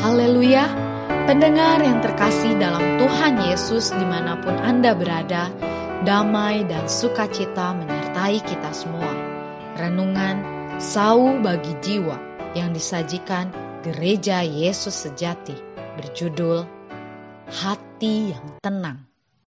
Haleluya, pendengar yang terkasih dalam Tuhan Yesus dimanapun Anda berada, damai dan sukacita menyertai kita semua. Renungan Sau bagi Jiwa yang disajikan Gereja Yesus Sejati berjudul Hati yang Tenang.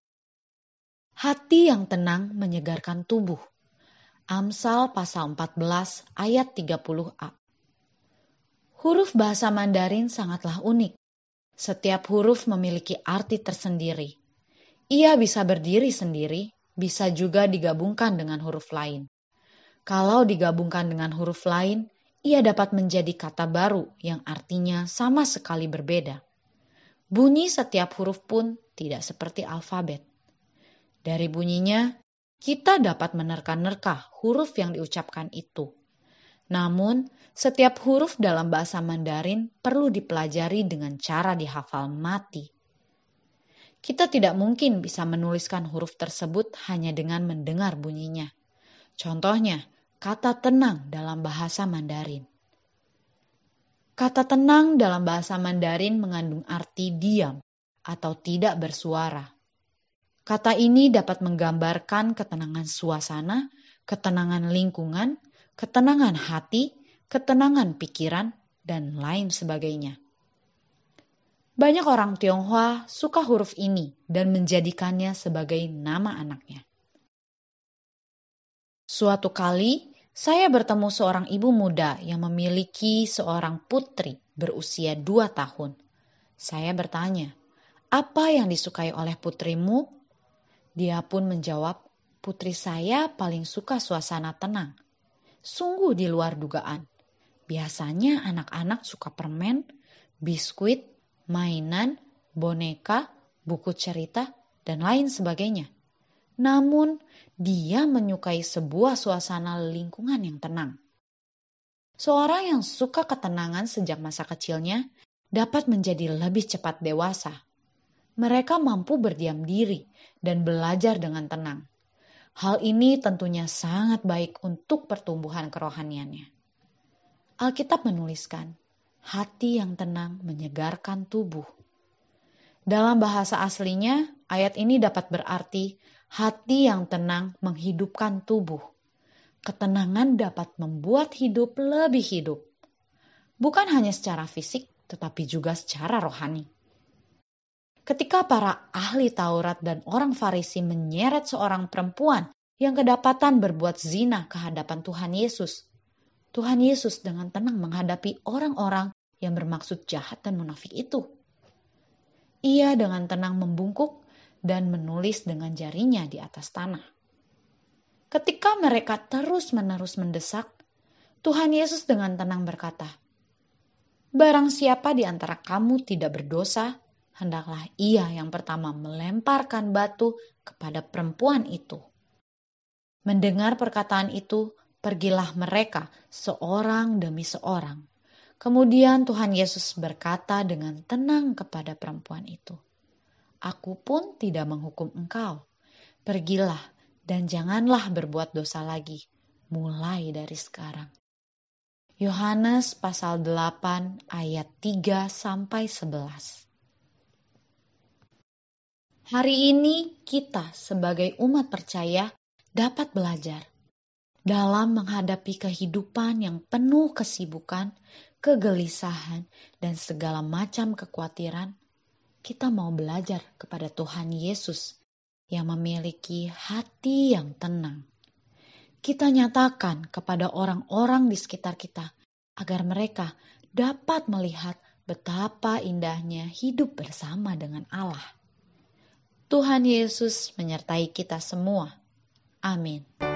Hati yang tenang menyegarkan tubuh. Amsal pasal 14 ayat 30a. Huruf bahasa Mandarin sangatlah unik. Setiap huruf memiliki arti tersendiri. Ia bisa berdiri sendiri, bisa juga digabungkan dengan huruf lain. Kalau digabungkan dengan huruf lain, ia dapat menjadi kata baru yang artinya sama sekali berbeda. Bunyi setiap huruf pun tidak seperti alfabet. Dari bunyinya, kita dapat menerka-nerka huruf yang diucapkan itu. Namun, setiap huruf dalam bahasa Mandarin perlu dipelajari dengan cara dihafal mati. Kita tidak mungkin bisa menuliskan huruf tersebut hanya dengan mendengar bunyinya. Contohnya, kata tenang dalam bahasa Mandarin. Kata tenang dalam bahasa Mandarin mengandung arti diam atau tidak bersuara. Kata ini dapat menggambarkan ketenangan suasana, ketenangan lingkungan, ketenangan hati, ketenangan pikiran, dan lain sebagainya. Banyak orang Tionghoa suka huruf ini dan menjadikannya sebagai nama anaknya. Suatu kali, saya bertemu seorang ibu muda yang memiliki seorang putri berusia 2 tahun. Saya bertanya, "Apa yang disukai oleh putrimu?" Dia pun menjawab, "Putri saya paling suka suasana tenang." Sungguh di luar dugaan. Biasanya anak-anak suka permen, biskuit, mainan, boneka, buku cerita, dan lain sebagainya. Namun, dia menyukai sebuah suasana lingkungan yang tenang. Seorang yang suka ketenangan sejak masa kecilnya dapat menjadi lebih cepat dewasa. Mereka mampu berdiam diri dan belajar dengan tenang. Hal ini tentunya sangat baik untuk pertumbuhan kerohaniannya. Alkitab menuliskan, hati yang tenang menyegarkan tubuh. Dalam bahasa aslinya, ayat ini dapat berarti hati yang tenang menghidupkan tubuh. Ketenangan dapat membuat hidup lebih hidup. Bukan hanya secara fisik, tetapi juga secara rohani. Ketika para ahli Taurat dan orang Farisi menyeret seorang perempuan yang kedapatan berbuat zina ke hadapan Tuhan Yesus dengan tenang menghadapi orang-orang yang bermaksud jahat dan munafik itu. Ia dengan tenang membungkuk dan menulis dengan jarinya di atas tanah. Ketika mereka terus-menerus mendesak, Tuhan Yesus dengan tenang berkata, "Barang siapa di antara kamu tidak berdosa, hendaklah ia yang pertama melemparkan batu kepada perempuan itu." Mendengar perkataan itu, pergilah mereka seorang demi seorang. Kemudian Tuhan Yesus berkata dengan tenang kepada perempuan itu, "Aku pun tidak menghukum engkau. Pergilah dan janganlah berbuat dosa lagi, mulai dari sekarang." Yohanes pasal 8 ayat 3-11. Hari ini kita sebagai umat percaya dapat belajar dalam menghadapi kehidupan yang penuh kesibukan, kegelisahan, dan segala macam kekhawatiran. Kita mau belajar kepada Tuhan Yesus yang memiliki hati yang tenang. Kita nyatakan kepada orang-orang di sekitar kita agar mereka dapat melihat betapa indahnya hidup bersama dengan Allah. Tuhan Yesus menyertai kita semua. Amin.